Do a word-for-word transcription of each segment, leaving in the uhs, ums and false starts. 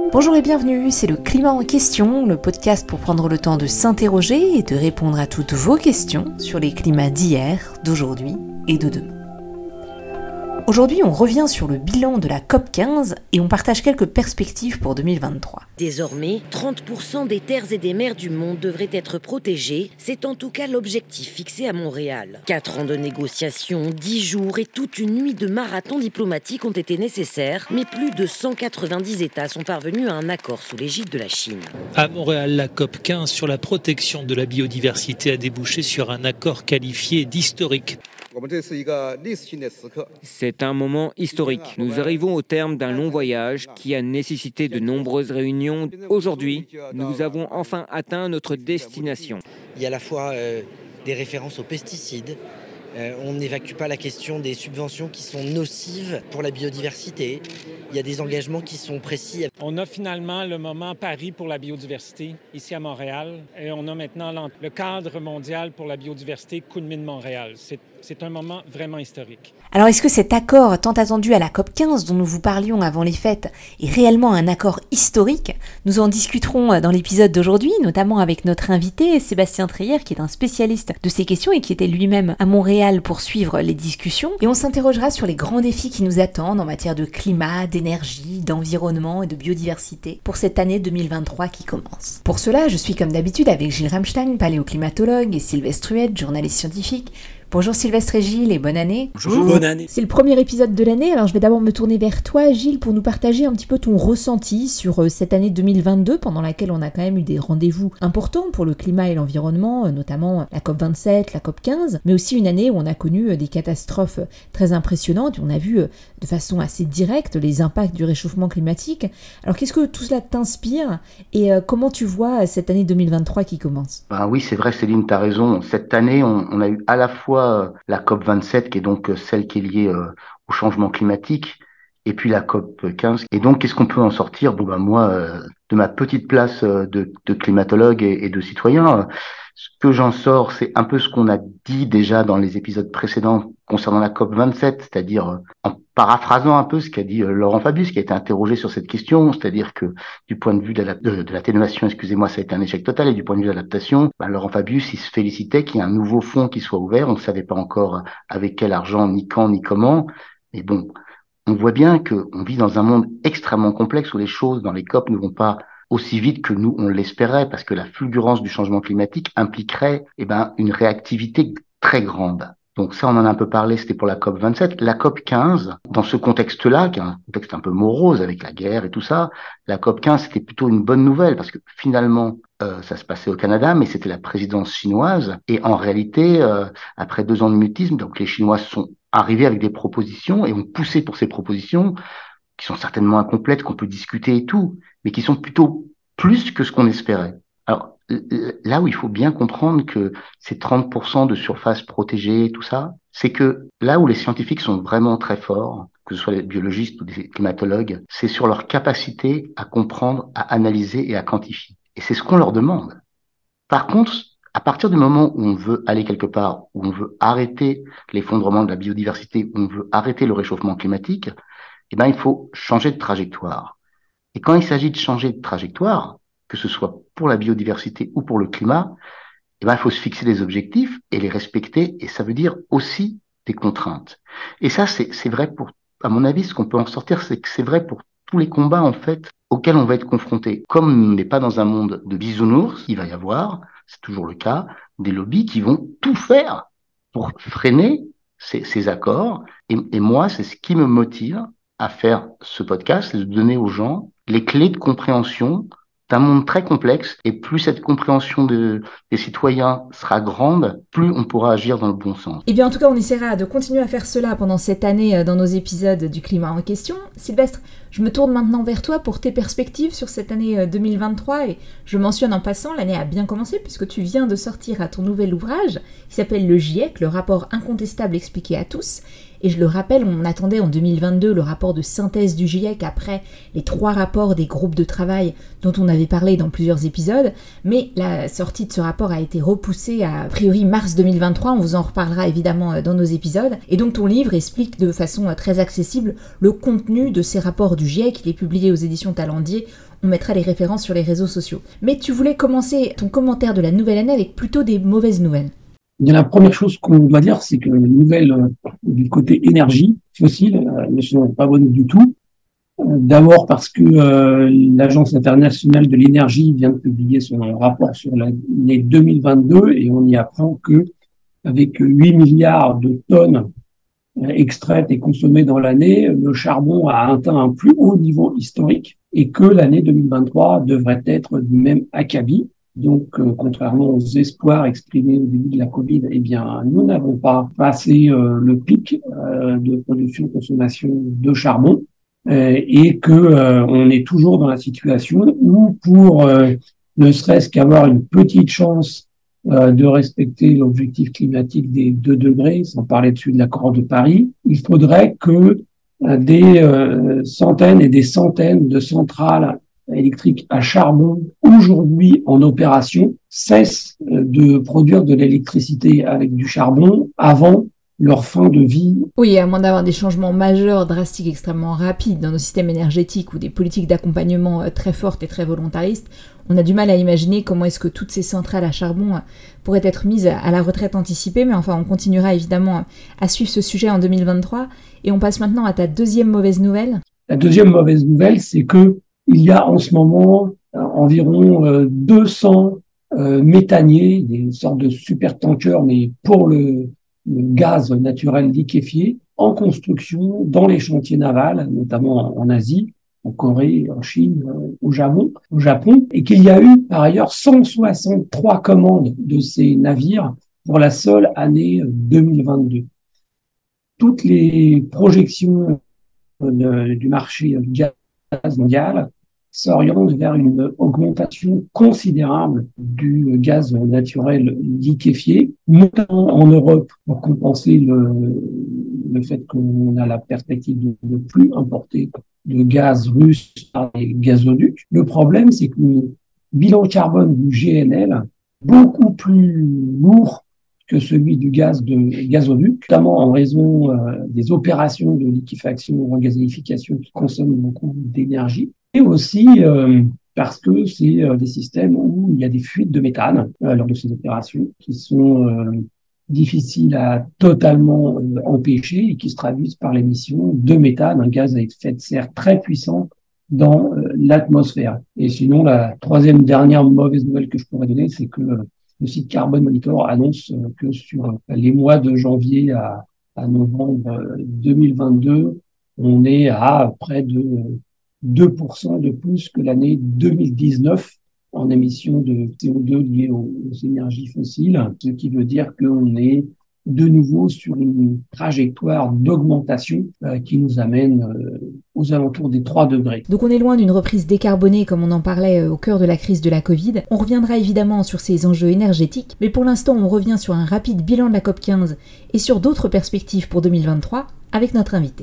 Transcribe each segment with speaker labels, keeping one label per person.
Speaker 1: Bonjour et bienvenue, c'est le Climat en question, le podcast pour prendre le temps de s'interroger et de répondre à toutes vos questions sur les climats d'hier, d'aujourd'hui et de demain. Aujourd'hui, on revient sur le bilan de la COP quinze et on partage quelques perspectives pour deux mille vingt-trois.
Speaker 2: Désormais, trente pour cent des terres et des mers du monde devraient être protégées. C'est en tout cas l'objectif fixé à Montréal. Quatre ans de négociations, dix jours et toute une nuit de marathon diplomatique ont été nécessaires, mais plus de cent quatre-vingt-dix États sont parvenus à un accord sous l'égide de la Chine.
Speaker 3: À Montréal, la COP quinze sur la protection de la biodiversité a débouché sur un accord qualifié d'historique.
Speaker 4: C'est un moment historique. Nous arrivons au terme d'un long voyage qui a nécessité de nombreuses réunions. Aujourd'hui, nous avons enfin atteint notre destination.
Speaker 5: Il y a à la fois euh, des références aux pesticides. Euh, on n'évacue pas la question des subventions qui sont nocives pour la biodiversité. Il y a des engagements qui sont précis.
Speaker 6: On a finalement le moment Paris pour la biodiversité ici à Montréal et on a maintenant le cadre mondial pour la biodiversité Kunming-Montréal. C'est, c'est un moment vraiment historique.
Speaker 1: Alors est-ce que cet accord tant attendu à la COP quinze dont nous vous parlions avant les fêtes est réellement un accord historique ? Nous en discuterons dans l'épisode d'aujourd'hui, notamment avec notre invité Sébastien Treillère qui est un spécialiste de ces questions et qui était lui-même à Montréal pour suivre les discussions. Et on s'interrogera sur les grands défis qui nous attendent en matière de climat, d'énergie, d'environnement et de biodiversité pour cette année deux mille vingt-trois qui commence. Pour cela, je suis comme d'habitude avec Gilles Ramstein, paléoclimatologue, et Sylvestre Huet, journaliste scientifique. Bonjour Sylvestre et Gilles et bonne année.
Speaker 3: Bonjour, bonne année.
Speaker 1: C'est le premier épisode de l'année, alors je vais d'abord me tourner vers toi Gilles pour nous partager un petit peu ton ressenti sur euh, cette année deux mille vingt-deux pendant laquelle on a quand même eu des rendez-vous importants pour le climat et l'environnement, euh, notamment la COP vingt-sept, la COP quinze, mais aussi une année où on a connu euh, des catastrophes très impressionnantes, on a vu euh, de façon assez directe les impacts du réchauffement climatique. Alors qu'est-ce que tout cela t'inspire et euh, comment tu vois cette année deux mille vingt-trois qui commence ?
Speaker 7: Ben oui, c'est vrai Céline, tu as raison. Cette année, on, on a eu à la fois la COP vingt-sept, qui est donc celle qui est liée euh, au changement climatique, et puis la COP quinze. Et donc, qu'est-ce qu'on peut en sortir ? Bon, ben moi, euh, de ma petite place euh, de, de climatologue et, et de citoyen, euh, ce que j'en sors, c'est un peu ce qu'on a dit déjà dans les épisodes précédents concernant la COP vingt-sept, c'est-à-dire euh, en paraphrasant un peu ce qu'a dit euh, Laurent Fabius, qui a été interrogé sur cette question, c'est-à-dire que du point de vue de, de, de l'atténuation, excusez-moi, ça a été un échec total, et du point de vue de l'adaptation, ben, Laurent Fabius, il se félicitait qu'il y ait un nouveau fonds qui soit ouvert. On ne savait pas encore avec quel argent, ni quand, ni comment, mais bon, on voit bien qu'on vit dans un monde extrêmement complexe où les choses dans les COP ne vont pas aussi vite que nous on l'espérait, parce que la fulgurance du changement climatique impliquerait eh ben, une réactivité très grande. Donc ça, on en a un peu parlé, c'était pour la COP vingt-sept. La COP quinze, dans ce contexte-là, qui est un contexte un peu morose avec la guerre et tout ça, la COP quinze, c'était plutôt une bonne nouvelle, parce que finalement, euh, ça se passait au Canada, mais c'était la présidence chinoise. Et en réalité, euh, après deux ans de mutisme, donc les Chinois sont arrivés avec des propositions et ont poussé pour ces propositions, qui sont certainement incomplètes, qu'on peut discuter et tout, mais qui sont plutôt plus que ce qu'on espérait. Alors, là où il faut bien comprendre que ces trente pour cent de surface protégée, tout ça, c'est que là où les scientifiques sont vraiment très forts, que ce soit les biologistes ou des climatologues, c'est sur leur capacité à comprendre, à analyser et à quantifier. Et c'est ce qu'on leur demande. Par contre, à partir du moment où on veut aller quelque part, où on veut arrêter l'effondrement de la biodiversité, où on veut arrêter le réchauffement climatique, eh ben, il faut changer de trajectoire. Et quand il s'agit de changer de trajectoire, que ce soit pour la biodiversité ou pour le climat, eh ben, il faut se fixer des objectifs et les respecter, et ça veut dire aussi des contraintes. Et ça, c'est, c'est vrai pour, à mon avis, ce qu'on peut en sortir, c'est que c'est vrai pour tous les combats, en fait, auxquels on va être confronté. Comme on n'est pas dans un monde de bisounours, il va y avoir, c'est toujours le cas, des lobbies qui vont tout faire pour freiner ces, ces accords. Et, et moi, c'est ce qui me motive à faire ce podcast, c'est de donner aux gens les clés de compréhension d'un monde très complexe, et plus cette compréhension de, des citoyens sera grande, plus on pourra agir dans le bon sens.
Speaker 1: Et bien en tout cas, on essaiera de continuer à faire cela pendant cette année dans nos épisodes du climat en question. Sylvestre, je me tourne maintenant vers toi pour tes perspectives sur cette année deux mille vingt-trois, et je mentionne en passant, l'année a bien commencé puisque tu viens de sortir à ton nouvel ouvrage qui s'appelle le GIEC, le rapport incontestable expliqué à tous. Et je le rappelle, on attendait en deux mille vingt-deux le rapport de synthèse du GIEC après les trois rapports des groupes de travail dont on avait parlé dans plusieurs épisodes, mais la sortie de ce rapport a été repoussée à, a priori mars deux mille vingt-trois, on vous en reparlera évidemment dans nos épisodes, et donc ton livre explique de façon très accessible le contenu de ces rapports du GIEC. Il est publié aux éditions Talendier, On mettra les références sur les réseaux sociaux. Mais tu voulais commencer ton commentaire de la nouvelle année avec plutôt des mauvaises nouvelles.
Speaker 8: Bien, la première chose qu'on doit dire, c'est que les nouvelles euh, du côté énergie fossile euh, ne sont pas bonnes du tout. Euh, d'abord parce que euh, l'Agence internationale de l'énergie vient de publier son rapport sur l'année deux mille vingt-deux et on y apprend que avec huit milliards de tonnes euh, extraites et consommées dans l'année, le charbon a atteint un plus haut niveau historique et que l'année deux mille vingt-trois devrait être du même acabit. Donc, euh, contrairement aux espoirs exprimés au début de la Covid, eh bien, nous n'avons pas passé euh, le pic euh, de production-consommation de charbon euh, et que euh, on est toujours dans la situation où, pour euh, ne serait-ce qu'avoir une petite chance euh, de respecter l'objectif climatique des deux degrés, sans parler dessus de l'accord de Paris, il faudrait que euh, des euh, centaines et des centaines de centrales électriques à charbon aujourd'hui en opération cessent de produire de l'électricité avec du charbon avant leur fin de vie.
Speaker 1: Oui, à moins d'avoir des changements majeurs, drastiques, extrêmement rapides dans nos systèmes énergétiques ou des politiques d'accompagnement très fortes et très volontaristes, on a du mal à imaginer comment est-ce que toutes ces centrales à charbon pourraient être mises à la retraite anticipée, mais enfin on continuera évidemment à suivre ce sujet en deux mille vingt-trois. Et on passe maintenant à ta deuxième mauvaise nouvelle.
Speaker 8: La deuxième mauvaise nouvelle, c'est que il y a en ce moment euh, environ euh, deux cents euh, méthaniers, des sortes de super-tankers, mais pour le, le gaz naturel liquéfié, en construction dans les chantiers navals, notamment en, en Asie, en Corée, en Chine, euh, au Japon, au Japon, et qu'il y a eu par ailleurs cent soixante-trois commandes de ces navires pour la seule année deux mille vingt-deux. Toutes les projections de, du marché du gaz mondial s'oriente vers une augmentation considérable du gaz naturel liquéfié, notamment en Europe pour compenser le, le fait qu'on a la perspective de ne plus importer de gaz russe par les gazoducs. Le problème, c'est que le bilan carbone du G N L est beaucoup plus lourd que celui du gaz de gazoduc, notamment en raison euh, des opérations de liquéfaction ou regazéification qui consomment beaucoup d'énergie. Et aussi euh, parce que c'est euh, des systèmes où il y a des fuites de méthane euh, lors de ces opérations qui sont euh, difficiles à totalement euh, empêcher et qui se traduisent par l'émission de méthane, un gaz à effet de serre très puissant dans euh, l'atmosphère. Et sinon, la troisième dernière mauvaise nouvelle que je pourrais donner, c'est que euh, le site Carbon Monitor annonce euh, que sur les mois de janvier à, à novembre euh, deux mille vingt-deux, on est à près de euh, deux pour cent de plus que l'année deux mille dix-neuf en émissions de C O deux liées aux, aux énergies fossiles, ce qui veut dire qu'on est de nouveau sur une trajectoire d'augmentation euh, qui nous amène euh, aux alentours des trois degrés.
Speaker 1: Donc on est loin d'une reprise décarbonée comme on en parlait au cœur de la crise de la Covid. On reviendra évidemment sur ces enjeux énergétiques, mais pour l'instant on revient sur un rapide bilan de la COP quinze et sur d'autres perspectives pour deux mille vingt-trois avec notre invité.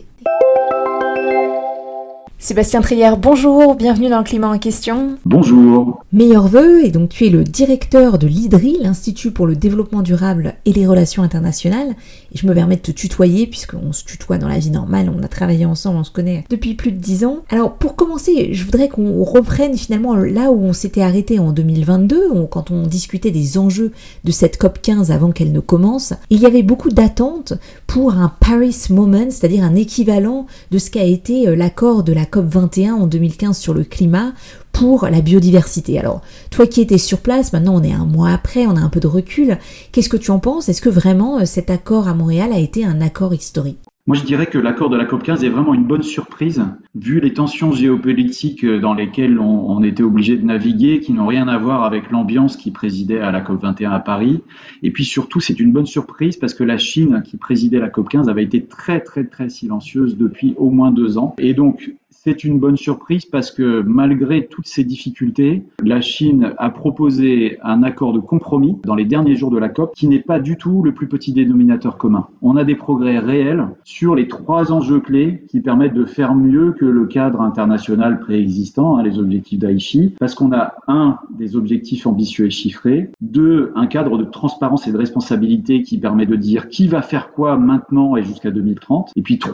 Speaker 1: Sébastien Trière, bonjour, bienvenue dans le Climat en question.
Speaker 9: Bonjour.
Speaker 1: Meilleurs vœux, et donc tu es le directeur de l'I D R I, l'Institut pour le développement durable et les relations internationales. Et je me permets de te tutoyer, puisqu'on se tutoie dans la vie normale, on a travaillé ensemble, on se connaît depuis plus de dix ans. Alors pour commencer, je voudrais qu'on reprenne finalement là où on s'était arrêté en deux mille vingt-deux, où, quand on discutait des enjeux de cette COP quinze avant qu'elle ne commence. Il y avait beaucoup d'attentes pour un Paris Moment, c'est-à-dire un équivalent de ce qu'a été l'accord de la COP vingt et un en deux mille quinze sur le climat pour la biodiversité. Alors, toi qui étais sur place, maintenant on est un mois après, on a un peu de recul. Qu'est-ce que tu en penses ? Est-ce que vraiment cet accord à Montréal a été un accord historique ?
Speaker 9: Moi, je dirais que l'accord de la COP quinze est vraiment une bonne surprise, vu les tensions géopolitiques dans lesquelles on, on était obligé de naviguer, qui n'ont rien à voir avec l'ambiance qui présidait à la COP vingt et un à Paris. Et puis surtout, c'est une bonne surprise parce que la Chine, qui présidait la COP quinze, avait été très, très, très silencieuse depuis au moins deux ans. Et donc, c'est une bonne surprise parce que malgré toutes ces difficultés, la Chine a proposé un accord de compromis dans les derniers jours de la COP qui n'est pas du tout le plus petit dénominateur commun. On a des progrès réels sur les trois enjeux clés qui permettent de faire mieux que le cadre international préexistant, hein, les objectifs d'Aichi, parce qu'on a un, des objectifs ambitieux et chiffrés, deux, un cadre de transparence et de responsabilité qui permet de dire qui va faire quoi maintenant et jusqu'à deux mille trente, et puis trois,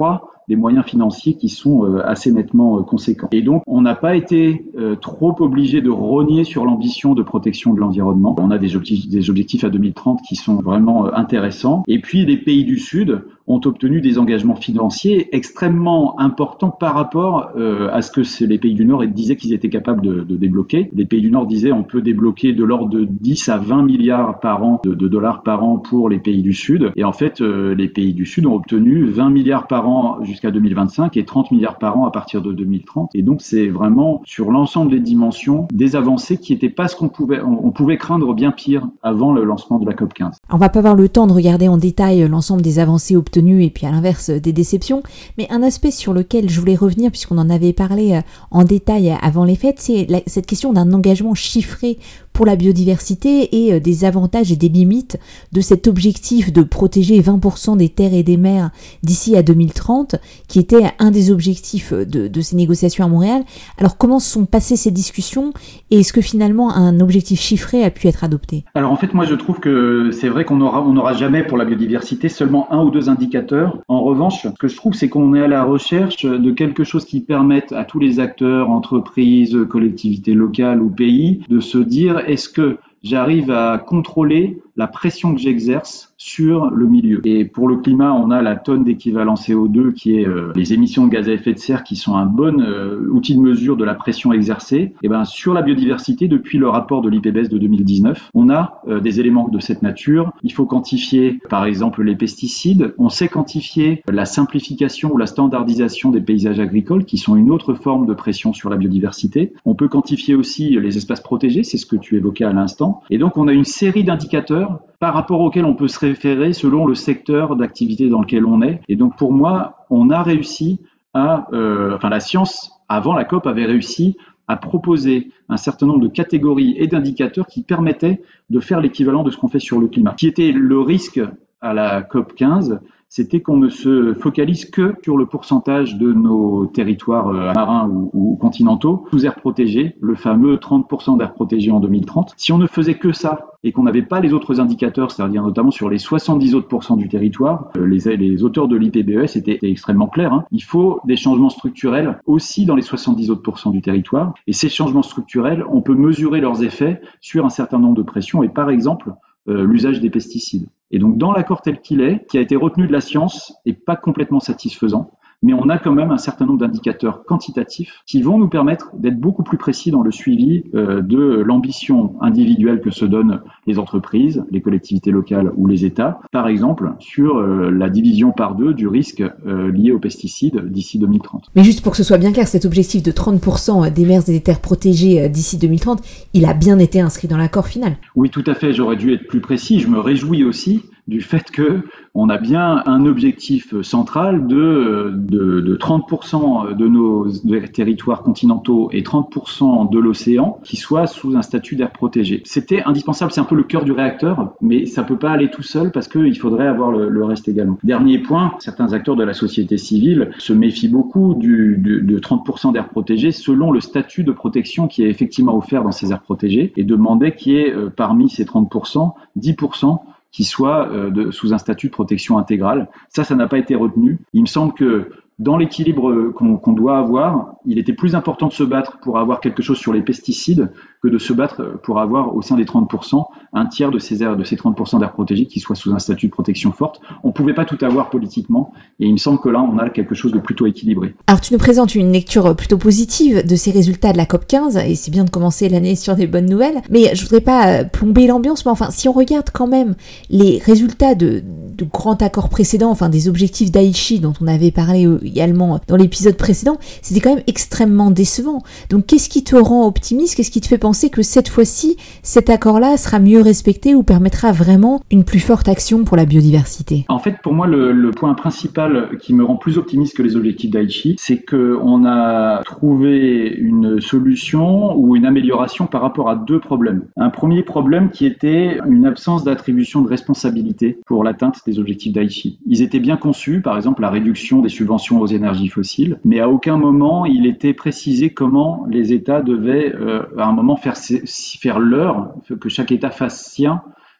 Speaker 9: des moyens financiers qui sont euh, assez nettement euh, conséquents. Et donc, on n'a pas été euh, trop obligé de rogner sur l'ambition de protection de l'environnement. On a des objectifs, des objectifs à deux mille trente qui sont vraiment euh, intéressants. Et puis, les pays du Sud ont obtenu des engagements financiers extrêmement importants par rapport euh, à ce que c'est les pays du Nord disaient qu'ils étaient capables de, de débloquer. Les pays du Nord disaient on peut débloquer de l'ordre de dix à vingt milliards par an de, de dollars par an pour les pays du Sud. Et en fait, euh, les pays du Sud ont obtenu vingt milliards par an jusqu'à deux mille vingt-cinq et trente milliards par an à partir de deux mille trente. Et donc, c'est vraiment sur l'ensemble des dimensions des avancées qui n'étaient pas ce qu'on pouvait, on, on pouvait craindre bien pire avant le lancement de la COP quinze.
Speaker 1: On va pas avoir le temps de regarder en détail l'ensemble des avancées obtenues et puis à l'inverse des déceptions, mais un aspect sur lequel je voulais revenir puisqu'on en avait parlé en détail avant les fêtes, c'est la, cette question d'un engagement chiffré pour la biodiversité et des avantages et des limites de cet objectif de protéger vingt pour cent des terres et des mers d'ici à deux mille trente, qui était un des objectifs de, de ces négociations à Montréal. Alors comment se sont passées ces discussions et est-ce que finalement un objectif chiffré a pu être adopté?
Speaker 9: Alors en fait, moi je trouve que c'est vrai qu'on aura, on n'aura jamais pour la biodiversité seulement un ou deux indicateurs. En revanche, ce que je trouve, c'est qu'on est à la recherche de quelque chose qui permette à tous les acteurs, entreprises, collectivités locales ou pays, de se dire est-ce que j'arrive à contrôler la pression que j'exerce sur le milieu. Et pour le climat, on a la tonne d'équivalent C O deux qui est euh, les émissions de gaz à effet de serre qui sont un bon euh, outil de mesure de la pression exercée. Et ben sur la biodiversité, depuis le rapport de l'I P B E S de deux mille dix-neuf, on a euh, des éléments de cette nature. Il faut quantifier par exemple les pesticides. On sait quantifier la simplification ou la standardisation des paysages agricoles qui sont une autre forme de pression sur la biodiversité. On peut quantifier aussi les espaces protégés, c'est ce que tu évoquais à l'instant. Et donc on a une série d'indicateurs par rapport auxquels on peut se référer selon le secteur d'activité dans lequel on est. Et donc pour moi, on a réussi à, euh, enfin la science avant la COP avait réussi à proposer un certain nombre de catégories et d'indicateurs qui permettaient de faire l'équivalent de ce qu'on fait sur le climat. Qui était le risque à la COP quinze, c'était qu'on ne se focalise que sur le pourcentage de nos territoires marins ou, ou continentaux sous aires protégées, le fameux trente pour cent d'aires protégées en deux mille trente. Si on ne faisait que ça et qu'on n'avait pas les autres indicateurs, c'est-à-dire notamment sur les soixante-dix autres pourcents du territoire, les, les auteurs de l'I P B E S étaient, étaient extrêmement clairs. Hein. Il faut des changements structurels aussi dans les soixante-dix autres pourcents du territoire. Et ces changements structurels, on peut mesurer leurs effets sur un certain nombre de pressions et par exemple, Euh, l'usage des pesticides. Et donc, dans l'accord tel qu'il est, qui a été retenu de la science, est pas complètement satisfaisant, mais on a quand même un certain nombre d'indicateurs quantitatifs qui vont nous permettre d'être beaucoup plus précis dans le suivi euh, de l'ambition individuelle que se donnent les entreprises, les collectivités locales ou les États, par exemple, sur euh, la division par deux du risque euh, lié aux pesticides d'ici deux mille trente.
Speaker 1: Mais juste pour que ce soit bien clair, cet objectif de trente pour cent des mers et des terres protégées d'ici deux mille trente, il a bien été inscrit dans l'accord final.
Speaker 9: Oui, tout à fait, j'aurais dû être plus précis. Je me réjouis aussi du fait que on a bien un objectif central de, de, de trente pour cent de nos de territoires continentaux et trente pour cent de l'océan qui soit sous un statut d'aire protégée. C'était indispensable, c'est un peu le cœur du réacteur, mais ça peut pas aller tout seul parce qu'il faudrait avoir le, le reste également. Dernier point, certains acteurs de la société civile se méfient beaucoup du, du, de trente pour cent d'aires protégées selon le statut de protection qui est effectivement offert dans ces aires protégées et demandaient qu'il y ait euh, parmi ces trente pour cent, dix pour cent qui soit euh, de, sous un statut de protection intégrale. Ça, ça n'a pas été retenu. Il me semble que dans l'équilibre qu'on, qu'on doit avoir, il était plus important de se battre pour avoir quelque chose sur les pesticides que de se battre pour avoir au sein des trente pour cent un tiers de ces, aires, de ces trente pour cent d'aires protégées qui soient sous un statut de protection forte. On ne pouvait pas tout avoir politiquement et il me semble que là, on a quelque chose de plutôt équilibré.
Speaker 1: Alors, tu nous présentes une lecture plutôt positive de ces résultats de la COP quinze et c'est bien de commencer l'année sur des bonnes nouvelles, mais je voudrais pas plomber l'ambiance, mais enfin, si on regarde quand même les résultats de, de grands accords précédents, enfin des objectifs d'Aichi dont on avait parlé également dans l'épisode précédent, c'était quand même extrêmement décevant. Donc qu'est-ce qui te rend optimiste? Qu'est-ce qui te fait penser que cette fois-ci, cet accord-là sera mieux respecté ou permettra vraiment une plus forte action pour la biodiversité?
Speaker 9: En fait, pour moi, le, le point principal qui me rend plus optimiste que les objectifs d'Aichi, c'est qu'on a trouvé une solution ou une amélioration par rapport à deux problèmes. Un premier problème qui était une absence d'attribution de responsabilité pour l'atteinte des objectifs d'Aichi. Ils étaient bien conçus, par exemple la réduction des subventions aux énergies fossiles, mais à aucun moment il était précisé comment les États devaient euh, à un moment faire, faire leur, que chaque État fasse sien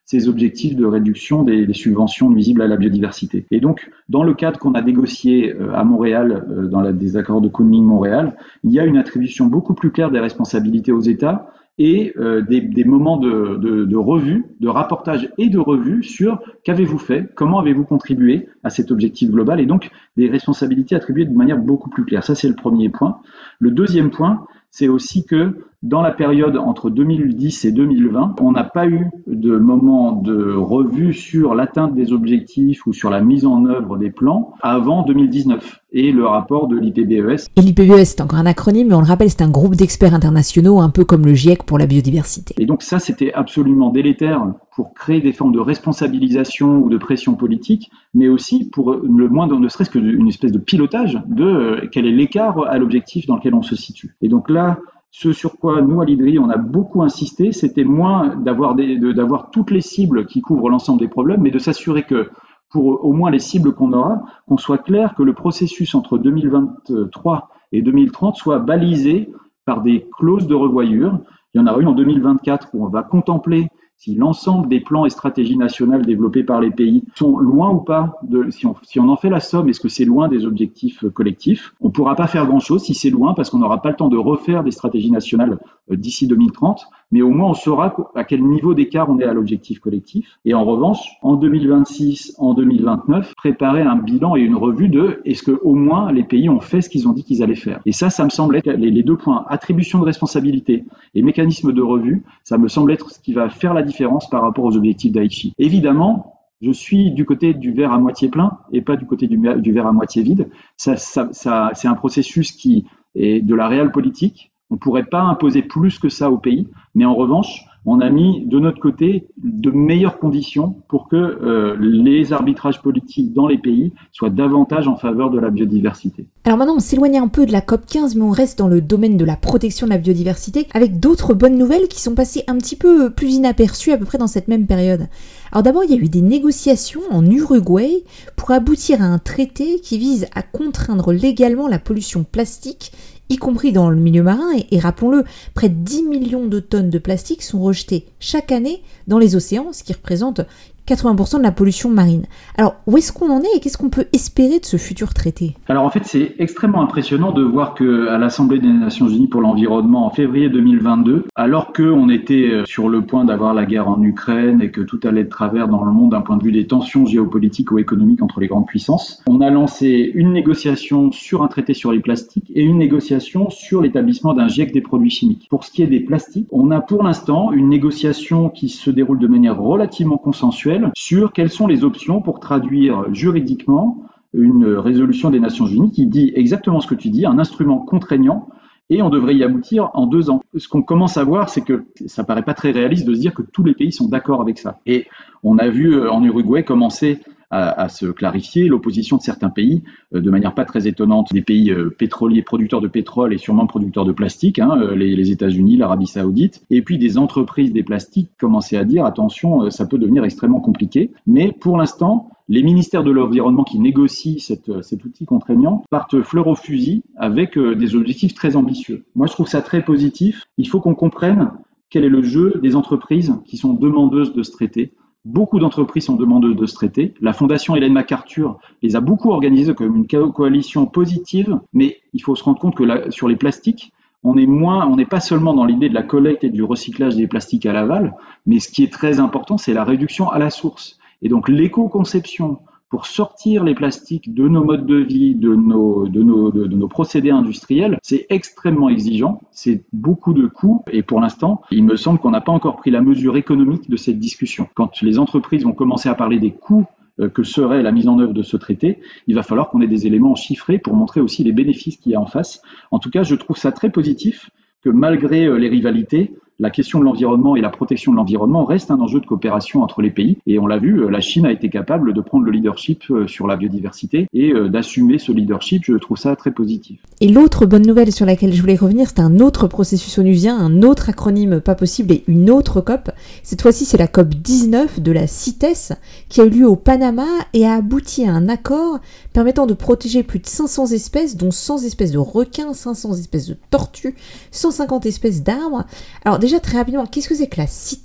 Speaker 9: ces objectifs de réduction des, des subventions nuisibles à la biodiversité. Et donc, dans le cadre qu'on a négocié à Montréal, dans la, des accords de Kunming-Montréal, il y a une attribution beaucoup plus claire des responsabilités aux États et euh, des, des moments de, de, de revue, de rapportage et de revue sur qu'avez-vous fait, comment avez-vous contribué à cet objectif global, et donc des responsabilités attribuées de manière beaucoup plus claire. Ça, c'est le premier point. Le deuxième point, c'est aussi que dans la période entre deux mille dix et deux mille vingt, on n'a pas eu de moment de revue sur l'atteinte des objectifs ou sur la mise en œuvre des plans avant deux mille dix-neuf et le rapport de l'I P B E S.
Speaker 1: Et l'I P B E S, c'est encore un acronyme, mais on le rappelle, c'est un groupe d'experts internationaux, un peu comme le GIEC pour la biodiversité.
Speaker 9: Et donc ça, c'était absolument délétère pour créer des formes de responsabilisation ou de pression politique, mais aussi pour le moins, ne serait-ce qu'une espèce de pilotage de euh, quel est l'écart à l'objectif dans lequel on se situe. Et donc là, ce sur quoi nous, à l'I D R I, on a beaucoup insisté, c'était moins d'avoir, des, de, d'avoir toutes les cibles qui couvrent l'ensemble des problèmes, mais de s'assurer que pour au moins les cibles qu'on aura, qu'on soit clair que le processus entre deux mille vingt-trois et deux mille trente soit balisé par des clauses de revoyure. Il y en aura une en deux mille vingt-quatre où on va contempler si l'ensemble des plans et stratégies nationales développés par les pays sont loin ou pas, de, si, on, si on en fait la somme, est-ce que c'est loin des objectifs collectifs? On ne pourra pas faire grand-chose si c'est loin, parce qu'on n'aura pas le temps de refaire des stratégies nationales euh, d'ici deux mille trente, mais au moins on saura à quel niveau d'écart on est à l'objectif collectif. Et en revanche, en deux mille vingt-six, en deux mille vingt-neuf, préparer un bilan et une revue de est-ce que au moins les pays ont fait ce qu'ils ont dit qu'ils allaient faire. Et ça, ça me semble être les, les deux points, attribution de responsabilité et mécanisme de revue, ça me semble être ce qui va faire la différence par rapport aux objectifs d'Aichi. Évidemment, je suis du côté du verre à moitié plein et pas du côté du, du verre à moitié vide. Ça, ça, ça, c'est un processus qui est de la réelle politique. On ne pourrait pas imposer plus que ça au pays, mais en revanche, on a mis de notre côté de meilleures conditions pour que euh, les arbitrages politiques dans les pays soient davantage en faveur de la biodiversité.
Speaker 1: Alors maintenant, on s'éloigne un peu de la COP quinze, mais on reste dans le domaine de la protection de la biodiversité, avec d'autres bonnes nouvelles qui sont passées un petit peu plus inaperçues à peu près dans cette même période. Alors d'abord, il y a eu des négociations en Uruguay pour aboutir à un traité qui vise à contraindre légalement la pollution plastique, y compris dans le milieu marin, et, et rappelons-le, près de dix millions de tonnes de plastique sont rejetées chaque année dans les océans, ce qui représente quatre-vingts pour cent de la pollution marine. Alors, où est-ce qu'on en est et qu'est-ce qu'on peut espérer de ce futur traité?
Speaker 9: Alors en fait, c'est extrêmement impressionnant de voir qu'à l'Assemblée des Nations Unies pour l'environnement en février deux mille vingt-deux, alors qu'on était sur le point d'avoir la guerre en Ukraine et que tout allait de travers dans le monde d'un point de vue des tensions géopolitiques ou économiques entre les grandes puissances, on a lancé une négociation sur un traité sur les plastiques et une négociation sur l'établissement d'un GIEC des produits chimiques. Pour ce qui est des plastiques, on a pour l'instant une négociation qui se déroule de manière relativement consensuelle sur quelles sont les options pour traduire juridiquement une résolution des Nations Unies qui dit exactement ce que tu dis, un instrument contraignant, et on devrait y aboutir en deux ans. Ce qu'on commence à voir, c'est que ça paraît pas très réaliste de se dire que tous les pays sont d'accord avec ça. Et on a vu en Uruguay commencer à, à se clarifier l'opposition de certains pays, euh, de manière pas très étonnante, des pays euh, pétroliers, producteurs de pétrole et sûrement producteurs de plastique, hein, euh, les, les États-Unis, l'Arabie Saoudite, et puis des entreprises des plastiques commençaient à dire attention, euh, ça peut devenir extrêmement compliqué. Mais pour l'instant, les ministères de l'environnement qui négocient cette, cet outil contraignant partent fleur au fusil avec euh, des objectifs très ambitieux. Moi, je trouve ça très positif. Il faut qu'on comprenne quel est le jeu des entreprises qui sont demandeuses de ce traité. Beaucoup d'entreprises sont demandeuses de ce traité. La Fondation Ellen MacArthur les a beaucoup organisées comme une coalition positive, mais il faut se rendre compte que là, sur les plastiques, on est moins, on n'est pas seulement dans l'idée de la collecte et du recyclage des plastiques à l'aval, mais ce qui est très important, c'est la réduction à la source. Et donc l'éco-conception pour sortir les plastiques de nos modes de vie, de nos, de nos, de, de nos procédés industriels, c'est extrêmement exigeant, c'est beaucoup de coûts, et pour l'instant, il me semble qu'on n'a pas encore pris la mesure économique de cette discussion. Quand les entreprises vont commencer à parler des coûts que serait la mise en œuvre de ce traité, il va falloir qu'on ait des éléments chiffrés pour montrer aussi les bénéfices qu'il y a en face. En tout cas, je trouve ça très positif que malgré les rivalités, la question de l'environnement et la protection de l'environnement reste un enjeu de coopération entre les pays. Et on l'a vu, la Chine a été capable de prendre le leadership sur la biodiversité et d'assumer ce leadership. Je trouve ça très positif.
Speaker 1: Et l'autre bonne nouvelle sur laquelle je voulais revenir, c'est un autre processus onusien, un autre acronyme pas possible et une autre COP. Cette fois-ci, c'est la COP dix-neuf de la CITES qui a eu lieu au Panama et a abouti à un accord permettant de protéger plus de cinq cents espèces, dont cent espèces de requins, cinq cents espèces de tortues, cent cinquante espèces d'arbres. Alors déjà, très rapidement, qu'est-ce que c'est que la CITES ?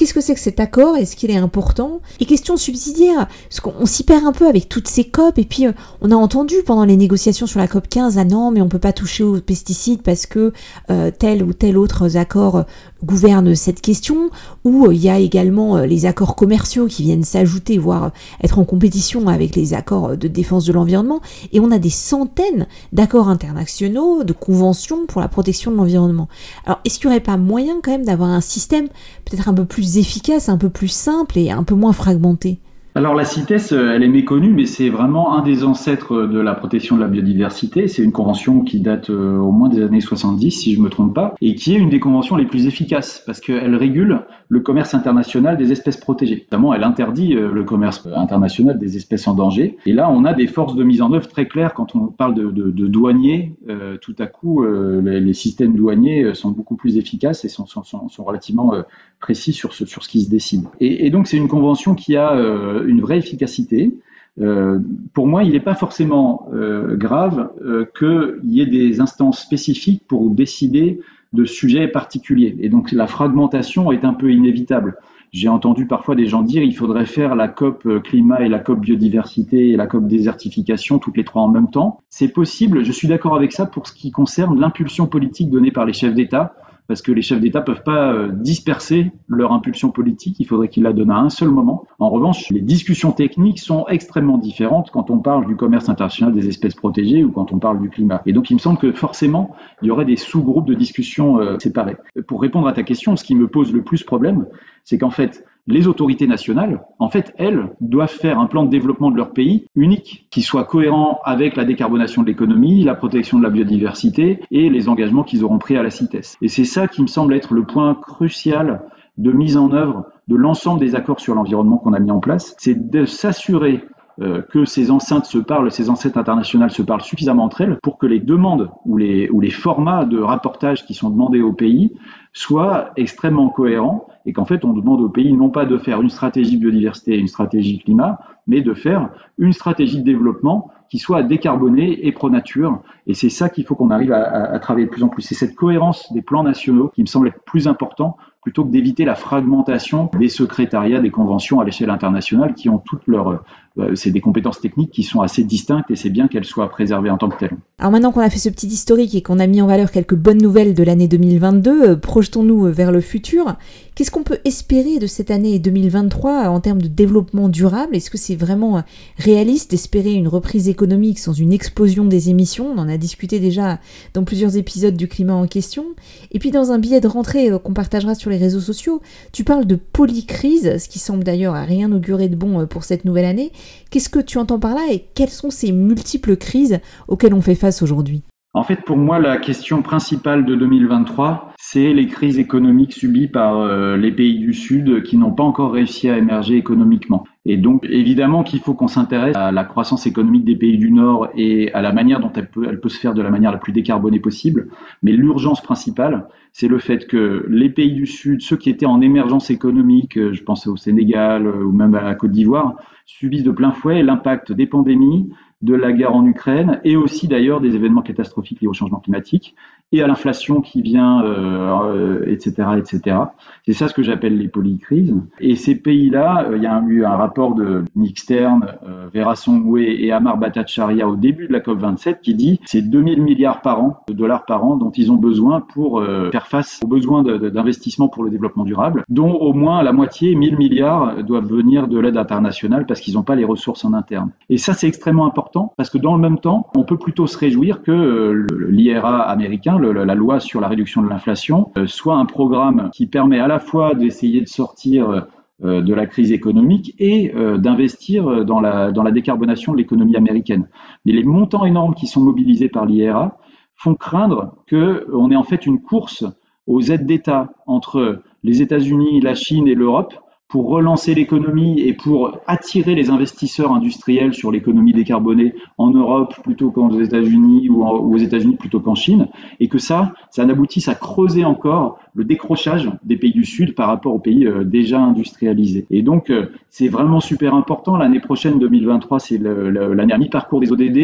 Speaker 1: qu'est-ce que c'est que cet accord? Est-ce qu'il est important? Et question subsidiaire, parce qu'on s'y perd un peu avec toutes ces C O P, et puis euh, on a entendu pendant les négociations sur la C O P quinze, ah non, mais on peut pas toucher aux pesticides parce que euh, tel ou tel autre accord euh, gouverne cette question, ou euh, il y a également euh, les accords commerciaux qui viennent s'ajouter, voire euh, être en compétition avec les accords de défense de l'environnement, et on a des centaines d'accords internationaux, de conventions pour la protection de l'environnement. Alors, est-ce qu'il n'y aurait pas moyen quand même d'avoir un système peut-être un peu plus efficace, un peu plus simple et un peu moins fragmenté?
Speaker 9: Alors la CITES, elle est méconnue, mais c'est vraiment un des ancêtres de la protection de la biodiversité. C'est une convention qui date euh, au moins des années soixante-dix, si je ne me trompe pas, et qui est une des conventions les plus efficaces, parce qu'elle régule le commerce international des espèces protégées. Notamment, elle interdit euh, le commerce international des espèces en danger. Et là, on a des forces de mise en œuvre très claires. Quand on parle de, de, de douaniers, euh, tout à coup, euh, les, les systèmes douaniers sont beaucoup plus efficaces et sont, sont, sont, sont relativement euh, précis sur ce, sur ce qui se décide. Et, et donc, c'est une convention qui a euh, une vraie efficacité. Euh, pour moi, il n'est pas forcément euh, grave euh, qu'il y ait des instances spécifiques pour décider de sujets particuliers. Et donc, la fragmentation est un peu inévitable. J'ai entendu parfois des gens dire qu'il faudrait faire la C O P climat et la C O P biodiversité et la C O P désertification toutes les trois en même temps. C'est possible, je suis d'accord avec ça pour ce qui concerne l'impulsion politique donnée par les chefs d'État. Parce que les chefs d'État ne peuvent pas euh, disperser leur impulsion politique, il faudrait qu'ils la donnent à un seul moment. En revanche, les discussions techniques sont extrêmement différentes quand on parle du commerce international des espèces protégées ou quand on parle du climat. Et donc il me semble que forcément, il y aurait des sous-groupes de discussions euh, séparés. Pour répondre à ta question, ce qui me pose le plus problème, c'est qu'en fait, les autorités nationales, en fait, elles doivent faire un plan de développement de leur pays unique, qui soit cohérent avec la décarbonation de l'économie, la protection de la biodiversité et les engagements qu'ils auront pris à la CITES. Et c'est ça qui me semble être le point crucial de mise en œuvre de l'ensemble des accords sur l'environnement qu'on a mis en place, c'est de s'assurer euh, que ces enceintes se parlent, ces enceintes internationales se parlent suffisamment entre elles pour que les demandes ou les, ou les formats de rapportage qui sont demandés au pays soient extrêmement cohérents et qu'en fait on demande au pays non pas de faire une stratégie biodiversité et une stratégie climat, mais de faire une stratégie de développement qui soit décarbonée et pro-nature. Et c'est ça qu'il faut qu'on arrive à, à, à travailler de plus en plus. C'est cette cohérence des plans nationaux qui me semble être plus important plutôt que d'éviter la fragmentation des secrétariats, des conventions à l'échelle internationale qui ont toutes leurs... Euh, c'est des compétences techniques qui sont assez distinctes et c'est bien qu'elles soient préservées en tant que telles.
Speaker 1: Alors maintenant qu'on a fait ce petit historique et qu'on a mis en valeur quelques bonnes nouvelles de l'année deux mille vingt-deux, euh, projetons-nous vers le futur. Qu'est-ce qu'on peut espérer de cette année deux mille vingt-trois en termes de développement durable? Est-ce que c'est vraiment réaliste d'espérer une reprise économique sans une explosion des émissions? On en a discuté déjà dans plusieurs épisodes du climat en question. Et puis dans un billet de rentrée euh, qu'on partagera sur les réseaux sociaux, tu parles de polycrise, ce qui semble d'ailleurs à rien augurer de bon pour cette nouvelle année. Qu'est-ce que tu entends par là et quelles sont ces multiples crises auxquelles on fait face aujourd'hui?
Speaker 9: En fait, pour moi, la question principale de deux mille vingt-trois, c'est les crises économiques subies par euh, les pays du Sud qui n'ont pas encore réussi à émerger économiquement. Et donc, évidemment qu'il faut qu'on s'intéresse à la croissance économique des pays du Nord et à la manière dont elle peut, elle peut se faire de la manière la plus décarbonée possible. Mais l'urgence principale, c'est le fait que les pays du Sud, ceux qui étaient en émergence économique, je pense au Sénégal ou même à la Côte d'Ivoire, subissent de plein fouet l'impact des pandémies, de la guerre en Ukraine et aussi d'ailleurs des événements catastrophiques liés au changement climatique et à l'inflation qui vient, euh, et cetera, et cetera. C'est ça ce que j'appelle les polycrises. Et ces pays-là, euh, il y a eu un rapport de Nick Stern, euh, Vera Songwe et Amar Bhattacharya au début de la COP vingt-sept qui dit c'est deux mille milliards par an, de dollars par an dont ils ont besoin pour euh, faire face aux besoins de, de, d'investissement pour le développement durable, dont au moins la moitié, mille milliards, doivent venir de l'aide internationale parce qu'ils n'ont pas les ressources en interne. Et ça, c'est extrêmement important parce que dans le même temps, on peut plutôt se réjouir que euh, l'I R A américain, le, la loi sur la réduction de l'inflation, euh, soit un programme qui permet à la fois d'essayer de sortir euh, de la crise économique et euh, d'investir dans la, dans la décarbonation de l'économie américaine. Mais les montants énormes qui sont mobilisés par l'I R A font craindre qu'on ait en fait une course aux aides d'État entre les États-Unis, la Chine et l'Europe pour relancer l'économie et pour attirer les investisseurs industriels sur l'économie décarbonée en Europe plutôt qu'aux États-Unis ou, en, ou aux États-Unis plutôt qu'en Chine, et que ça, ça n'aboutisse à creuser encore le décrochage des pays du Sud par rapport aux pays euh, déjà industrialisés. Et donc, euh, c'est vraiment super important. L'année prochaine, deux mille vingt-trois, c'est le, le, l'année à mi-parcours des O D D.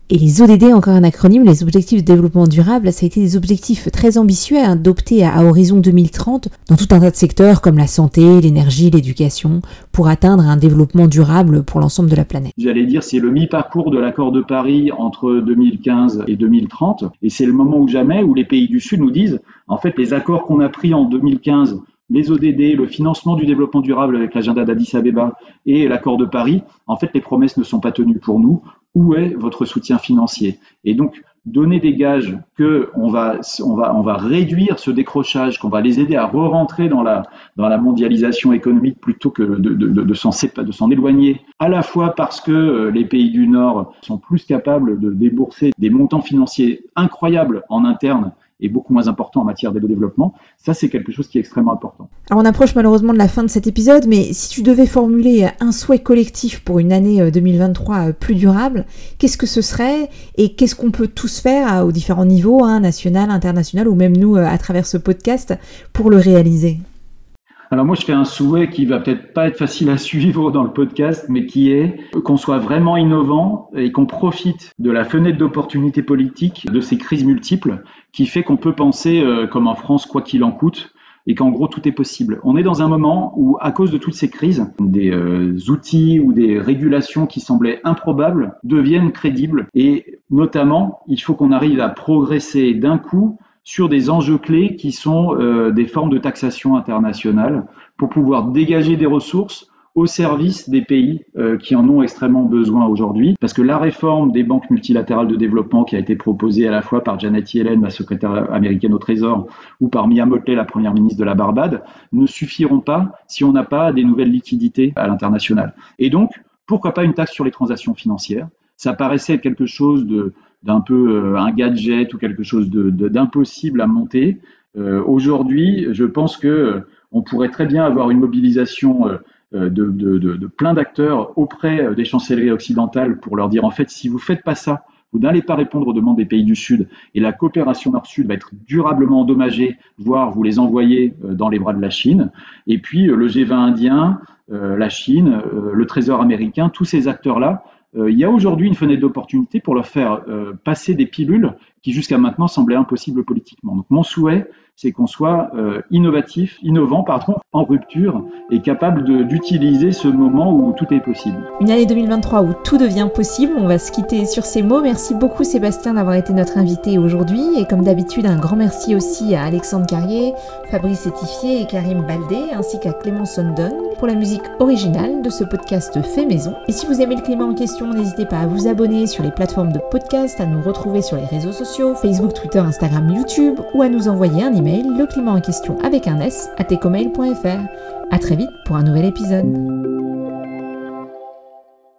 Speaker 1: Et les O D D, encore un acronyme, les objectifs de développement durable, ça a été des objectifs très ambitieux à adopter à horizon deux mille trente dans tout un tas de secteurs comme la santé, l'énergie, l'éducation, pour atteindre un développement durable pour l'ensemble de la planète.
Speaker 9: J'allais dire, c'est le mi-parcours de l'accord de Paris entre deux mille quinze et deux mille trente, et c'est le moment ou jamais où les pays du Sud nous disent, en fait, les accords qu'on a pris en deux mille quinze, les O D D, le financement du développement durable avec l'agenda d'Addis Abeba et l'accord de Paris, en fait, les promesses ne sont pas tenues pour nous. Où est votre soutien financier? Et donc, donner des gages qu'on va, on va, on va réduire ce décrochage, qu'on va les aider à re-rentrer dans la, dans la mondialisation économique plutôt que de, de, de, de, s'en, de s'en éloigner, à la fois parce que les pays du Nord sont plus capables de débourser des montants financiers incroyables en interne et beaucoup moins important en matière de développement, ça c'est quelque chose qui est extrêmement important.
Speaker 1: Alors on approche malheureusement de la fin de cet épisode, mais si tu devais formuler un souhait collectif pour une année deux mille vingt-trois plus durable, qu'est-ce que ce serait et qu'est-ce qu'on peut tous faire aux différents niveaux, hein, national, international ou même nous à travers ce podcast pour le réaliser?
Speaker 9: Alors moi, je fais un souhait qui va peut-être pas être facile à suivre dans le podcast, mais qui est qu'on soit vraiment innovant et qu'on profite de la fenêtre d'opportunité politique de ces crises multiples qui fait qu'on peut penser euh, comme en France, quoi qu'il en coûte, et qu'en gros, tout est possible. On est dans un moment où, à cause de toutes ces crises, des euh, outils ou des régulations qui semblaient improbables deviennent crédibles. Et notamment, il faut qu'on arrive à progresser d'un coup sur des enjeux clés qui sont euh, des formes de taxation internationale pour pouvoir dégager des ressources au service des pays euh, qui en ont extrêmement besoin aujourd'hui. Parce que la réforme des banques multilatérales de développement qui a été proposée à la fois par Janet Yellen, la secrétaire américaine au Trésor, ou par Mia Mottley, la première ministre de la Barbade, ne suffiront pas si on n'a pas des nouvelles liquidités à l'international. Et donc, pourquoi pas une taxe sur les transactions financières? Ça paraissait quelque chose de d'un peu euh, un gadget ou quelque chose de, de, d'impossible à monter. Euh, aujourd'hui, je pense que euh, on pourrait très bien avoir une mobilisation euh, de, de, de, de plein d'acteurs auprès des chancelleries occidentales pour leur dire en fait, si vous faites pas ça, vous n'allez pas répondre aux demandes des pays du Sud et la coopération Nord-Sud va être durablement endommagée, voire vous les envoyez euh, dans les bras de la Chine. Et puis euh, le G vingt indien, euh, la Chine, euh, le Trésor américain, tous ces acteurs-là, Euh, il y a aujourd'hui une fenêtre d'opportunité pour leur faire euh, passer des pilules qui jusqu'à maintenant semblaient impossibles politiquement. Donc mon souhait, c'est qu'on soit euh, innovatif, innovant, pardon, en rupture et capable de, d'utiliser ce moment où tout est possible.
Speaker 1: Une année deux mille vingt-trois où tout devient possible, on va se quitter sur ces mots. Merci beaucoup Sébastien d'avoir été notre invité aujourd'hui et comme d'habitude un grand merci aussi à Alexandre Carrier, Fabrice Étifier et Karim Baldé ainsi qu'à Clément Sondon pour la musique originale de ce podcast fait maison. Et si vous aimez le climat en question, n'hésitez pas à vous abonner sur les plateformes de podcast, à nous retrouver sur les réseaux sociaux, Facebook, Twitter, Instagram, YouTube ou à nous envoyer un email, le climat en question avec un S, à tecomail point f r. À très vite pour un nouvel épisode.